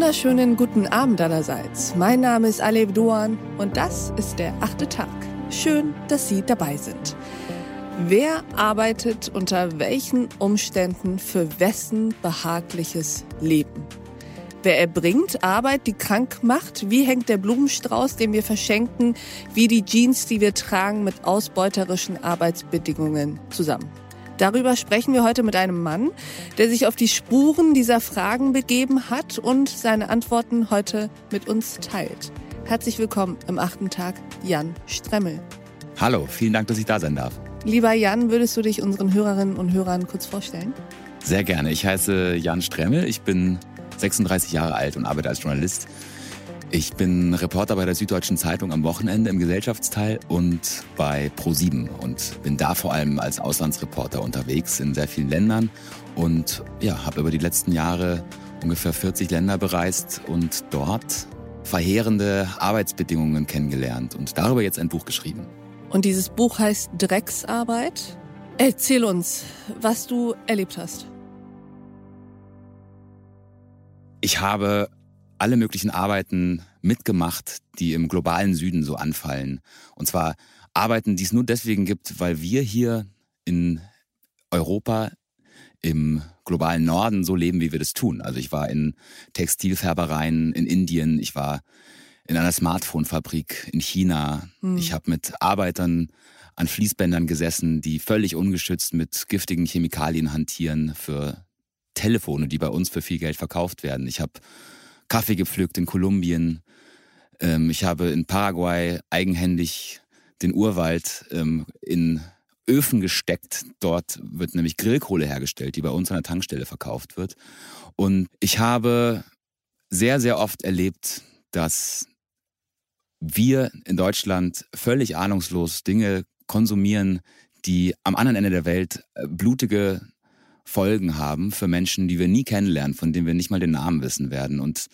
wunderschönen guten Abend allerseits. Mein Name ist Alev Doan und das ist der 8. Tag. Schön, dass Sie dabei sind. Wer arbeitet unter welchen Umständen für wessen behagliches Leben? Wer erbringt Arbeit, die krank macht? Wie hängt der Blumenstrauß, den wir verschenken, wie die Jeans, die wir tragen, mit ausbeuterischen Arbeitsbedingungen zusammen? Darüber sprechen wir heute mit einem Mann, der sich auf die Spuren dieser Fragen begeben hat und seine Antworten heute mit uns teilt. Herzlich willkommen im 8. Tag, Jan Stremmel. Hallo, vielen Dank, dass ich da sein darf. Lieber Jan, würdest du dich unseren Hörerinnen und Hörern kurz vorstellen? Sehr gerne. Ich heiße Jan Stremmel, ich bin 36 Jahre alt und arbeite als Journalist. Ich bin Reporter bei der Süddeutschen Zeitung am Wochenende im Gesellschaftsteil und bei ProSieben und bin da vor allem als Auslandsreporter unterwegs in sehr vielen Ländern und habe über die letzten Jahre ungefähr 40 Länder bereist und dort verheerende Arbeitsbedingungen kennengelernt und darüber jetzt ein Buch geschrieben. Und dieses Buch heißt Drecksarbeit. Erzähl uns, was du erlebt hast. Ich habe alle möglichen Arbeiten mitgemacht, die im globalen Süden so anfallen. Und zwar Arbeiten, die es nur deswegen gibt, weil wir hier in Europa im globalen Norden so leben, wie wir das tun. Also ich war in Textilfärbereien in Indien, ich war in einer Smartphone-Fabrik in China. Ich habe mit Arbeitern an Fließbändern gesessen, die völlig ungeschützt mit giftigen Chemikalien hantieren für Telefone, die bei uns für viel Geld verkauft werden. Ich habe Kaffee gepflückt in Kolumbien. Ich habe in Paraguay eigenhändig den Urwald in Öfen gesteckt. Dort wird nämlich Grillkohle hergestellt, die bei uns an der Tankstelle verkauft wird. Und ich habe sehr, sehr oft erlebt, dass wir in Deutschland völlig ahnungslos Dinge konsumieren, die am anderen Ende der Welt blutige Folgen haben für Menschen, die wir nie kennenlernen, von denen wir nicht mal den Namen wissen werden. Und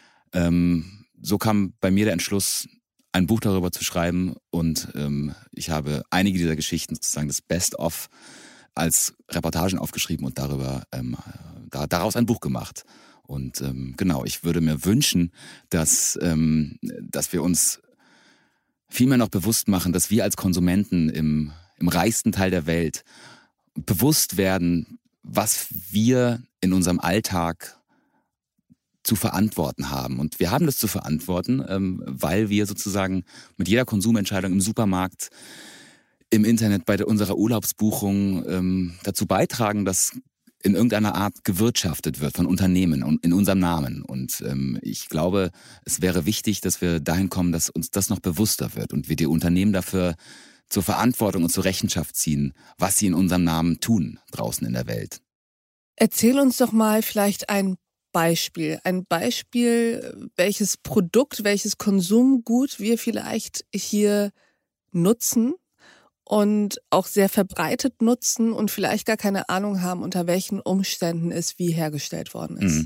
so kam bei mir der Entschluss, ein Buch darüber zu schreiben. Und ich habe einige dieser Geschichten, sozusagen das Best-of, als Reportagen aufgeschrieben und daraus ein Buch gemacht. Und ich würde mir wünschen, dass wir uns viel mehr noch bewusst machen, dass wir als Konsumenten im reichsten Teil der Welt bewusst werden, was wir in unserem Alltag zu verantworten haben. Und wir haben das zu verantworten, weil wir sozusagen mit jeder Konsumentscheidung im Supermarkt, im Internet, bei unserer Urlaubsbuchung dazu beitragen, dass in irgendeiner Art gewirtschaftet wird von Unternehmen in unserem Namen. Und ich glaube, es wäre wichtig, dass wir dahin kommen, dass uns das noch bewusster wird und wir die Unternehmen dafür zur Verantwortung und zur Rechenschaft ziehen, was sie in unserem Namen tun draußen in der Welt. Erzähl uns doch mal vielleicht ein Beispiel, welches Produkt, welches Konsumgut wir vielleicht hier nutzen und auch sehr verbreitet nutzen und vielleicht gar keine Ahnung haben, unter welchen Umständen es wie hergestellt worden ist.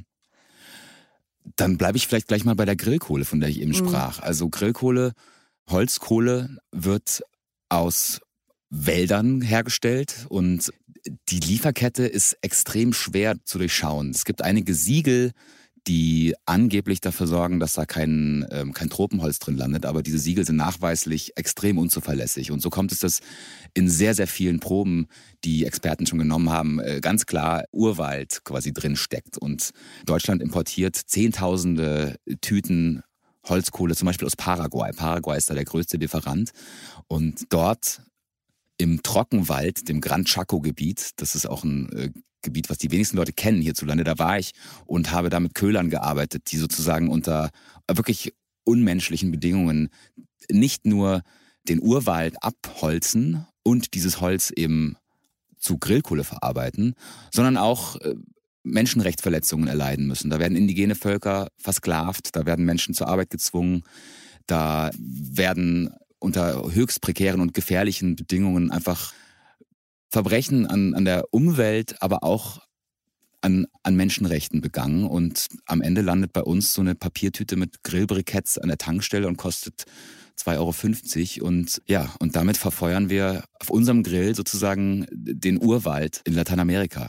Dann bleibe ich vielleicht gleich mal bei der Grillkohle, von der ich eben sprach. Also Grillkohle, Holzkohle wird aus Wäldern hergestellt und die Lieferkette ist extrem schwer zu durchschauen. Es gibt einige Siegel, die angeblich dafür sorgen, dass da kein Tropenholz drin landet, aber diese Siegel sind nachweislich extrem unzuverlässig. Und so kommt es, dass in sehr, sehr vielen Proben, die Experten schon genommen haben, ganz klar Urwald quasi drin steckt. Und Deutschland importiert Zehntausende Tüten Holzkohle, zum Beispiel aus Paraguay. Paraguay ist da der größte Lieferant. Und dort im Trockenwald, dem Gran Chaco-Gebiet, das ist auch ein Gebiet, was die wenigsten Leute kennen hierzulande, da war ich und habe da mit Köhlern gearbeitet, die sozusagen unter wirklich unmenschlichen Bedingungen nicht nur den Urwald abholzen und dieses Holz eben zu Grillkohle verarbeiten, sondern auch Menschenrechtsverletzungen erleiden müssen. Da werden indigene Völker versklavt, da werden Menschen zur Arbeit gezwungen, da werden unter höchst prekären und gefährlichen Bedingungen einfach Verbrechen an der Umwelt, aber auch an Menschenrechten begangen. Und am Ende landet bei uns so eine Papiertüte mit Grillbriketts an der Tankstelle und kostet 2,50 €. Und damit verfeuern wir auf unserem Grill sozusagen den Urwald in Lateinamerika.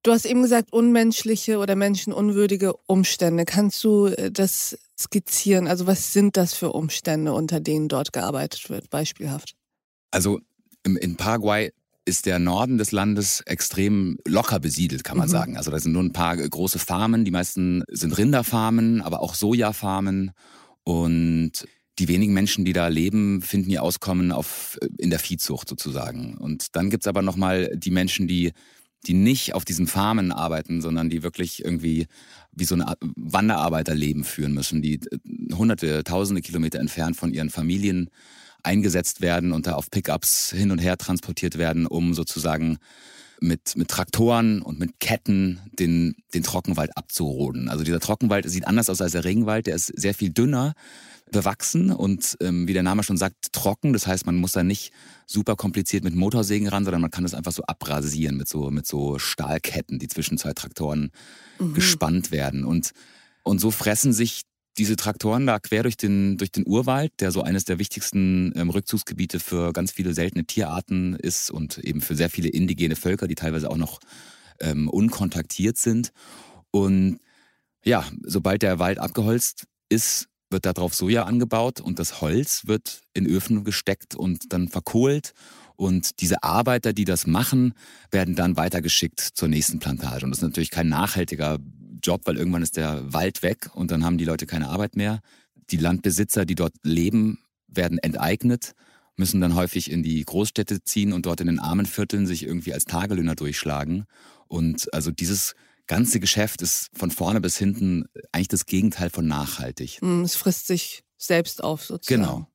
Du hast eben gesagt, unmenschliche oder menschenunwürdige Umstände. Kannst du das skizzieren? Also was sind das für Umstände, unter denen dort gearbeitet wird, beispielhaft? Also in Paraguay ist der Norden des Landes extrem locker besiedelt, kann man sagen. Also da sind nur ein paar große Farmen, die meisten sind Rinderfarmen, aber auch Sojafarmen. Und die wenigen Menschen, die da leben, finden ihr Auskommen in der Viehzucht sozusagen. Und dann gibt's aber nochmal die Menschen, die nicht auf diesen Farmen arbeiten, sondern die wirklich irgendwie wie so ein Wanderarbeiterleben führen müssen, die hunderte, tausende Kilometer entfernt von ihren Familien eingesetzt werden und da auf Pickups hin und her transportiert werden, um sozusagen mit Traktoren und mit Ketten den Trockenwald abzuroden. Also dieser Trockenwald sieht anders aus als der Regenwald, der ist sehr viel dünner bewachsen und wie der Name schon sagt, trocken. Das heißt, man muss da nicht super kompliziert mit Motorsägen ran, sondern man kann das einfach so abrasieren mit so Stahlketten, die zwischen zwei Traktoren gespannt werden. Und so fressen sich diese Traktoren da quer durch den Urwald, der so eines der wichtigsten Rückzugsgebiete für ganz viele seltene Tierarten ist und eben für sehr viele indigene Völker, die teilweise auch noch unkontaktiert sind. Und ja, sobald der Wald abgeholzt ist, wird darauf Soja angebaut und das Holz wird in Öfen gesteckt und dann verkohlt. Und diese Arbeiter, die das machen, werden dann weitergeschickt zur nächsten Plantage. Und das ist natürlich kein nachhaltiger Job, weil irgendwann ist der Wald weg und dann haben die Leute keine Arbeit mehr. Die Landbesitzer, die dort leben, werden enteignet, müssen dann häufig in die Großstädte ziehen und dort in den armen Vierteln sich irgendwie als Tagelöhner durchschlagen. Und also dieses ganze Geschäft ist von vorne bis hinten eigentlich das Gegenteil von nachhaltig. Es frisst sich selbst auf sozusagen. Genau.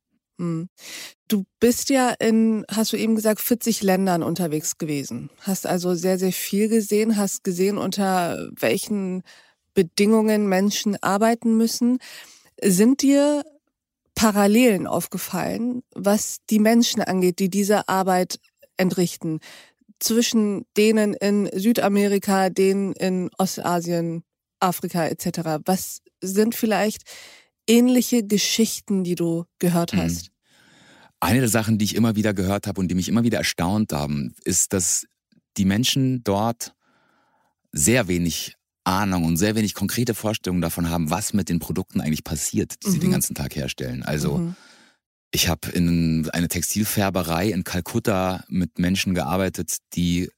Du bist ja hast du eben gesagt, 40 Ländern unterwegs gewesen. Hast also sehr, sehr viel gesehen, hast gesehen, unter welchen Bedingungen Menschen arbeiten müssen. Sind dir Parallelen aufgefallen, was die Menschen angeht, die diese Arbeit entrichten? Zwischen denen in Südamerika, denen in Ostasien, Afrika etc. Was sind vielleicht ähnliche Geschichten, die du gehört hast? Eine der Sachen, die ich immer wieder gehört habe und die mich immer wieder erstaunt haben, ist, dass die Menschen dort sehr wenig Ahnung und sehr wenig konkrete Vorstellungen davon haben, was mit den Produkten eigentlich passiert, die sie den ganzen Tag herstellen. Also ich habe in einer Textilfärberei in Kalkutta mit Menschen gearbeitet, die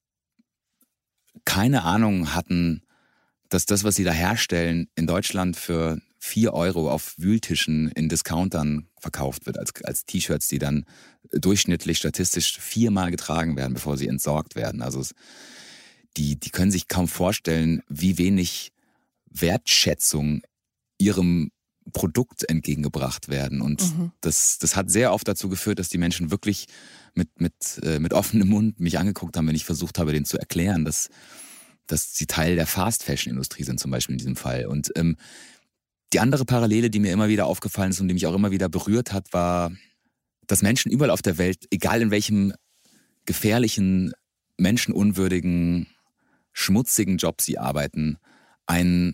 keine Ahnung hatten, dass das, was sie da herstellen, in Deutschland für 4 Euro auf Wühltischen in Discountern verkauft wird, als T-Shirts, die dann durchschnittlich statistisch 4-mal getragen werden, bevor sie entsorgt werden. Also die können sich kaum vorstellen, wie wenig Wertschätzung ihrem Produkt entgegengebracht werden. Und das hat sehr oft dazu geführt, dass die Menschen wirklich mit offenem Mund mich angeguckt haben, wenn ich versucht habe, denen zu erklären, dass sie Teil der Fast-Fashion-Industrie sind, zum Beispiel in diesem Fall. Und die andere Parallele, die mir immer wieder aufgefallen ist und die mich auch immer wieder berührt hat, war, dass Menschen überall auf der Welt, egal in welchem gefährlichen, menschenunwürdigen, schmutzigen Job sie arbeiten, einen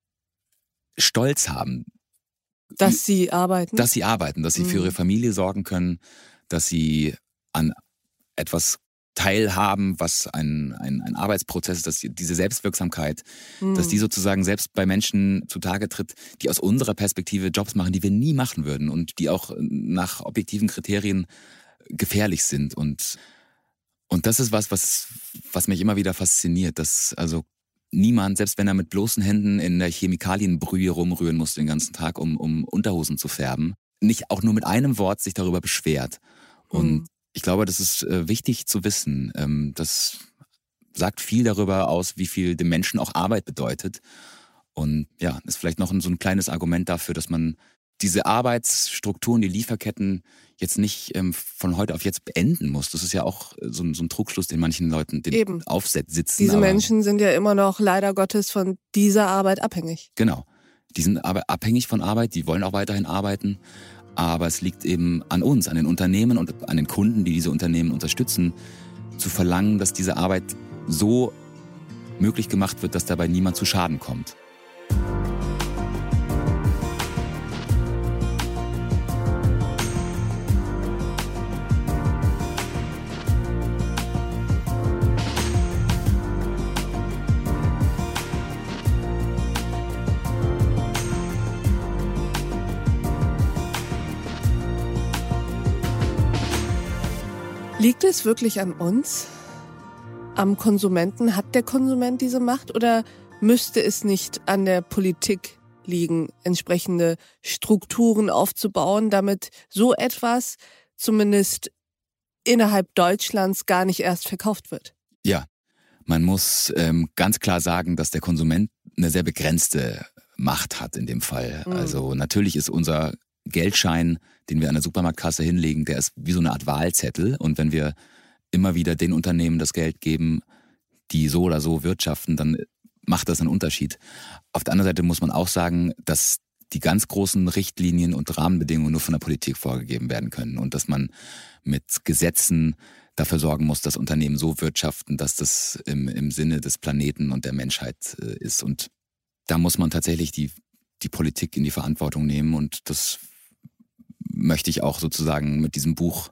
Stolz haben. Dass sie arbeiten? Dass sie für ihre Familie sorgen können, dass sie an etwas teilhaben, was ein Arbeitsprozess ist, dass diese Selbstwirksamkeit, dass die sozusagen selbst bei Menschen zutage tritt, die aus unserer Perspektive Jobs machen, die wir nie machen würden und die auch nach objektiven Kriterien gefährlich sind. Und das ist was mich immer wieder fasziniert, dass also niemand, selbst wenn er mit bloßen Händen in der Chemikalienbrühe rumrühren muss den ganzen Tag, um Unterhosen zu färben, nicht auch nur mit einem Wort sich darüber beschwert. Und ich glaube, das ist wichtig zu wissen. Das sagt viel darüber aus, wie viel dem Menschen auch Arbeit bedeutet. Und ja, ist vielleicht noch so ein kleines Argument dafür, dass man diese Arbeitsstrukturen, die Lieferketten jetzt nicht von heute auf jetzt beenden muss. Das ist ja auch so ein Trugschluss, den manchen Leuten aufsitzen. Diese Menschen sind ja immer noch leider Gottes von dieser Arbeit abhängig. Genau. Die sind aber abhängig von Arbeit, die wollen auch weiterhin arbeiten. Aber es liegt eben an uns, an den Unternehmen und an den Kunden, die diese Unternehmen unterstützen, zu verlangen, dass diese Arbeit so möglich gemacht wird, dass dabei niemand zu Schaden kommt. Liegt es wirklich an uns? Am Konsumenten? Hat der Konsument diese Macht oder müsste es nicht an der Politik liegen, entsprechende Strukturen aufzubauen, damit so etwas zumindest innerhalb Deutschlands gar nicht erst verkauft wird? Ja, man muss ganz klar sagen, dass der Konsument eine sehr begrenzte Macht hat in dem Fall. Also natürlich ist unser Geldschein, den wir an der Supermarktkasse hinlegen, der ist wie so eine Art Wahlzettel. Und wenn wir immer wieder den Unternehmen das Geld geben, die so oder so wirtschaften, dann macht das einen Unterschied. Auf der anderen Seite muss man auch sagen, dass die ganz großen Richtlinien und Rahmenbedingungen nur von der Politik vorgegeben werden können und dass man mit Gesetzen dafür sorgen muss, dass Unternehmen so wirtschaften, dass das im Sinne des Planeten und der Menschheit ist. Und da muss man tatsächlich die Politik in die Verantwortung nehmen und das möchte ich auch sozusagen mit diesem Buch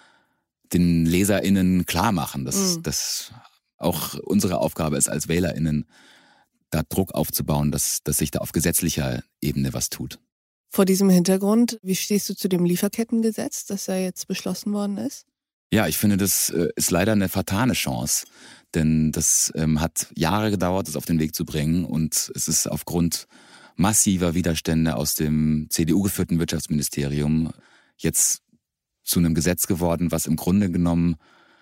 den LeserInnen klar machen, dass das auch unsere Aufgabe ist als WählerInnen, da Druck aufzubauen, dass sich da auf gesetzlicher Ebene was tut. Vor diesem Hintergrund, wie stehst du zu dem Lieferkettengesetz, das ja jetzt beschlossen worden ist? Ja, ich finde, das ist leider eine vertane Chance, denn das hat Jahre gedauert, das auf den Weg zu bringen und es ist aufgrund massiver Widerstände aus dem CDU-geführten Wirtschaftsministerium jetzt zu einem Gesetz geworden, was im Grunde genommen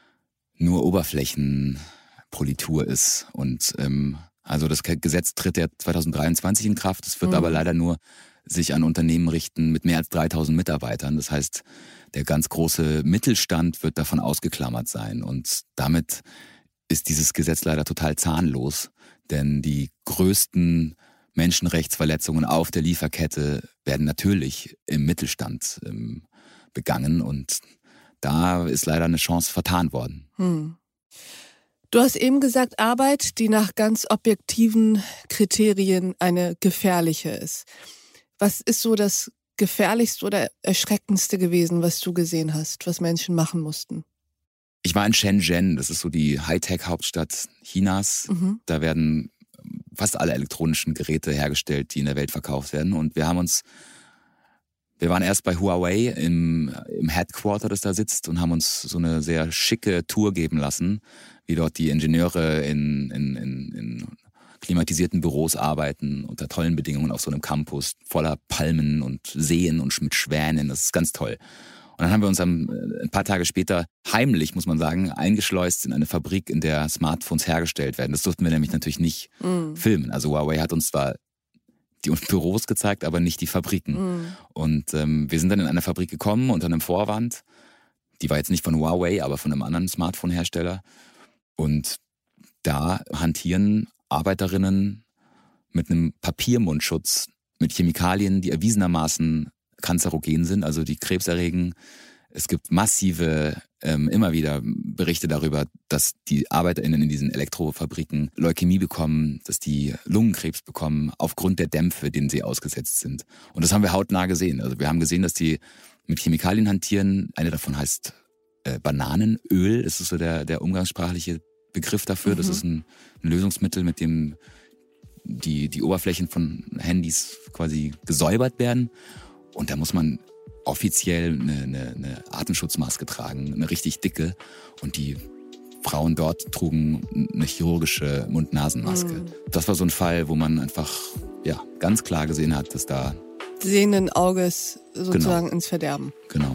nur Oberflächenpolitur ist. Und also das Gesetz tritt ja 2023 in Kraft. Es wird aber leider nur sich an Unternehmen richten mit mehr als 3000 Mitarbeitern. Das heißt, der ganz große Mittelstand wird davon ausgeklammert sein. Und damit ist dieses Gesetz leider total zahnlos. Denn die größten Menschenrechtsverletzungen auf der Lieferkette werden natürlich im Mittelstand begangen. Und da ist leider eine Chance vertan worden. Du hast eben gesagt, Arbeit, die nach ganz objektiven Kriterien eine gefährliche ist. Was ist so das Gefährlichste oder Erschreckendste gewesen, was du gesehen hast, was Menschen machen mussten? Ich war in Shenzhen, das ist so die Hightech-Hauptstadt Chinas. Da werden fast alle elektronischen Geräte hergestellt, die in der Welt verkauft werden. Und wir waren erst bei Huawei im Headquarter, das da sitzt, und haben uns so eine sehr schicke Tour geben lassen, wie dort die Ingenieure in klimatisierten Büros arbeiten, unter tollen Bedingungen auf so einem Campus, voller Palmen und Seen und mit Schwänen. Das ist ganz toll. Und dann haben wir uns ein paar Tage später heimlich, muss man sagen, eingeschleust in eine Fabrik, in der Smartphones hergestellt werden. Das durften wir nämlich natürlich nicht filmen. Also Huawei hat uns zwar die Büros gezeigt, aber nicht die Fabriken. Und wir sind dann in eine Fabrik gekommen unter einem Vorwand. Die war jetzt nicht von Huawei, aber von einem anderen Smartphone-Hersteller. Und da hantieren Arbeiterinnen mit einem Papiermundschutz, mit Chemikalien, die erwiesenermaßen kanzerogen sind, also die Krebs erregen. Es gibt massive, immer wieder Berichte darüber, dass die ArbeiterInnen in diesen Elektrofabriken Leukämie bekommen, dass die Lungenkrebs bekommen, aufgrund der Dämpfe, denen sie ausgesetzt sind. Und das haben wir hautnah gesehen. Also wir haben gesehen, dass die mit Chemikalien hantieren. Eine davon heißt Bananenöl. Das ist so der umgangssprachliche Begriff dafür. Das ist ein Lösungsmittel, mit dem die Oberflächen von Handys quasi gesäubert werden. Und da muss man offiziell eine Atemschutzmaske tragen, eine richtig dicke. Und die Frauen dort trugen eine chirurgische Mund-Nasen-Maske. Das war so ein Fall, wo man einfach ganz klar gesehen hat, dass da sehenden Auges sozusagen ins Verderben. Genau.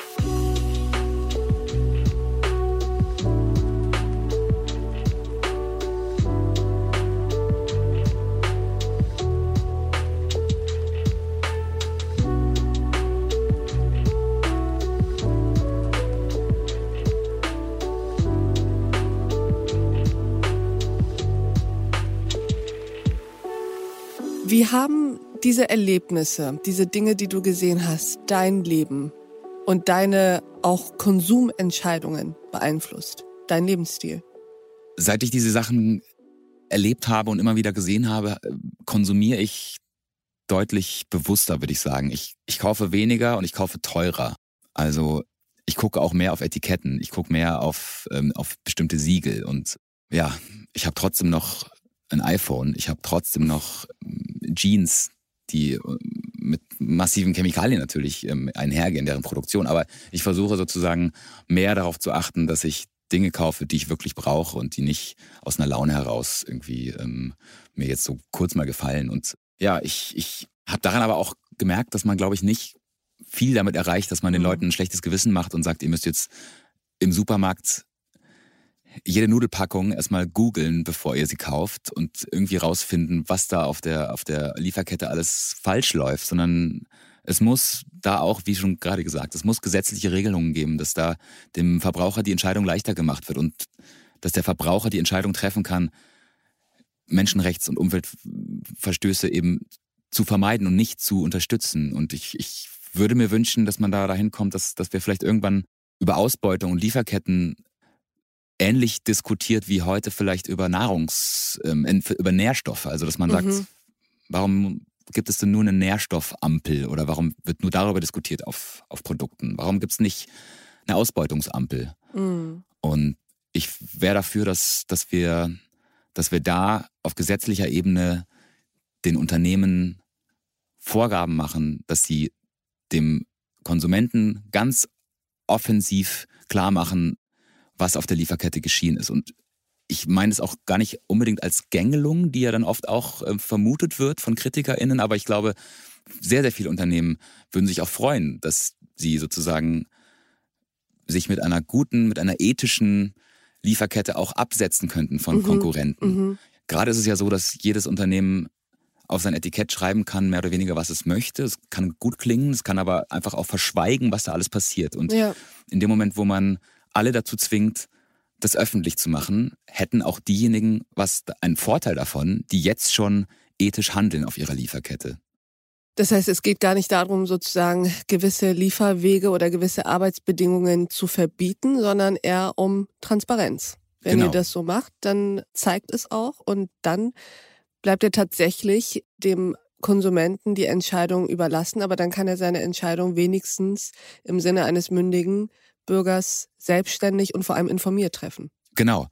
Wie haben diese Erlebnisse, diese Dinge, die du gesehen hast, dein Leben und deine auch Konsumentscheidungen beeinflusst, dein Lebensstil? Seit ich diese Sachen erlebt habe und immer wieder gesehen habe, konsumiere ich deutlich bewusster, würde ich sagen. Ich kaufe weniger und ich kaufe teurer. Also ich gucke auch mehr auf Etiketten, ich gucke mehr auf bestimmte Siegel. Und ja, ich habe trotzdem noch ein iPhone, ich habe trotzdem noch Jeans, die mit massiven Chemikalien natürlich einhergehen, deren Produktion. Aber ich versuche sozusagen mehr darauf zu achten, dass ich Dinge kaufe, die ich wirklich brauche und die nicht aus einer Laune heraus irgendwie mir jetzt so kurz mal gefallen. Und ja, ich habe daran aber auch gemerkt, dass man, glaube ich, nicht viel damit erreicht, dass man den Leuten ein schlechtes Gewissen macht und sagt, ihr müsst jetzt im Supermarkt jede Nudelpackung erstmal googeln, bevor ihr sie kauft und irgendwie rausfinden, was da auf der Lieferkette alles falsch läuft, sondern es muss da auch, wie schon gerade gesagt, es muss gesetzliche Regelungen geben, dass da dem Verbraucher die Entscheidung leichter gemacht wird und dass der Verbraucher die Entscheidung treffen kann, Menschenrechts- und Umweltverstöße eben zu vermeiden und nicht zu unterstützen. Und ich würde mir wünschen, dass man da dahin kommt, dass wir vielleicht irgendwann über Ausbeutung und Lieferketten ähnlich diskutiert wie heute vielleicht über über Nährstoffe. Also dass man sagt, warum gibt es denn nur eine Nährstoffampel oder warum wird nur darüber diskutiert auf Produkten? Warum gibt es nicht eine Ausbeutungsampel? Und ich wäre dafür, dass wir da auf gesetzlicher Ebene den Unternehmen Vorgaben machen, dass sie dem Konsumenten ganz offensiv klar machen, was auf der Lieferkette geschehen ist. Und ich meine es auch gar nicht unbedingt als Gängelung, die ja dann oft auch vermutet wird von KritikerInnen, aber ich glaube, sehr, sehr viele Unternehmen würden sich auch freuen, dass sie sozusagen sich mit einer guten, mit einer ethischen Lieferkette auch absetzen könnten von Konkurrenten. Gerade ist es ja so, dass jedes Unternehmen auf sein Etikett schreiben kann, mehr oder weniger, was es möchte. Es kann gut klingen, es kann aber einfach auch verschweigen, was da alles passiert. Und in dem Moment, wo man alle dazu zwingt, das öffentlich zu machen, hätten auch diejenigen einen Vorteil davon, die jetzt schon ethisch handeln auf ihrer Lieferkette. Das heißt, es geht gar nicht darum, sozusagen gewisse Lieferwege oder gewisse Arbeitsbedingungen zu verbieten, sondern eher um Transparenz. Wenn ihr das so macht, dann zeigt es auch und dann bleibt er tatsächlich dem Konsumenten die Entscheidung überlassen, aber dann kann er seine Entscheidung wenigstens im Sinne eines mündigen Bürgers selbstständig und vor allem informiert treffen. Genau.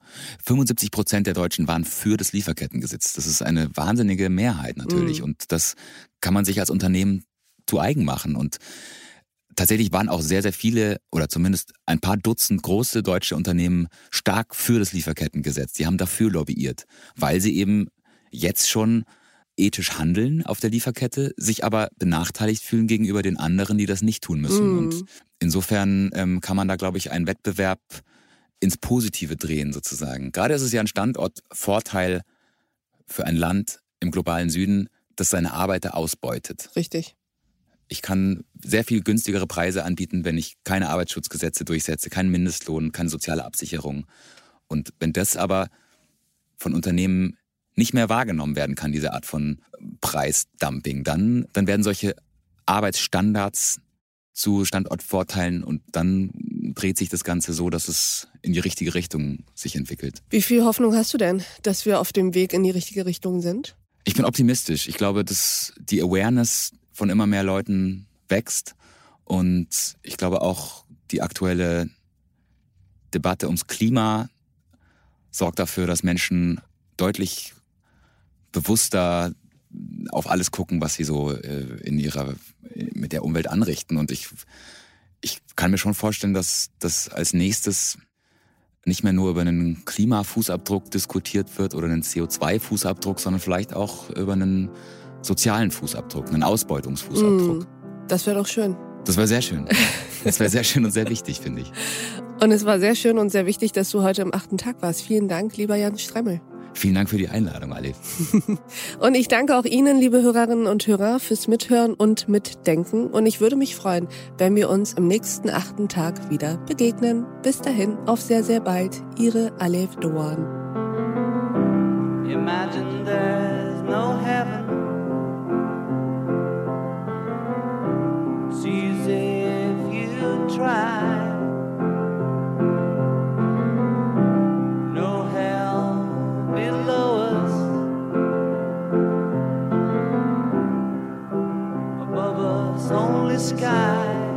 75% der Deutschen waren für das Lieferkettengesetz. Das ist eine wahnsinnige Mehrheit natürlich. Und das kann man sich als Unternehmen zu eigen machen. Und tatsächlich waren auch sehr, sehr viele oder zumindest ein paar Dutzend große deutsche Unternehmen stark für das Lieferkettengesetz. Die haben dafür lobbyiert, weil sie eben jetzt schon ethisch handeln auf der Lieferkette, sich aber benachteiligt fühlen gegenüber den anderen, die das nicht tun müssen. Und insofern kann man da, glaube ich, einen Wettbewerb ins Positive drehen sozusagen. Gerade ist es ja ein Standortvorteil für ein Land im globalen Süden, das seine Arbeiter ausbeutet. Richtig. Ich kann sehr viel günstigere Preise anbieten, wenn ich keine Arbeitsschutzgesetze durchsetze, keinen Mindestlohn, keine soziale Absicherung. Und wenn das aber von Unternehmen nicht mehr wahrgenommen werden kann, diese Art von Preisdumping, dann werden solche Arbeitsstandards zu Standortvorteilen und dann dreht sich das Ganze so, dass es in die richtige Richtung sich entwickelt. Wie viel Hoffnung hast du denn, dass wir auf dem Weg in die richtige Richtung sind? Ich bin optimistisch. Ich glaube, dass die Awareness von immer mehr Leuten wächst und ich glaube auch die aktuelle Debatte ums Klima sorgt dafür, dass Menschen deutlich bewusster auf alles gucken, was sie so mit der Umwelt anrichten. Und ich kann mir schon vorstellen, dass das als nächstes nicht mehr nur über einen Klimafußabdruck diskutiert wird oder einen CO2-Fußabdruck, sondern vielleicht auch über einen sozialen Fußabdruck, einen Ausbeutungsfußabdruck. Das wäre doch schön. Das wäre sehr schön. Das wäre sehr schön und sehr wichtig, finde ich. Und es war sehr schön und sehr wichtig, dass du heute im 8. Tag warst. Vielen Dank, lieber Jan Stremmel. Vielen Dank für die Einladung, Alev. Und ich danke auch Ihnen, liebe Hörerinnen und Hörer, fürs Mithören und Mitdenken. Und ich würde mich freuen, wenn wir uns am nächsten 8. Tag wieder begegnen. Bis dahin, auf sehr, sehr bald. Ihre Alev Doğan. Imagine there's no heaven. It's easy if you try. Only sky.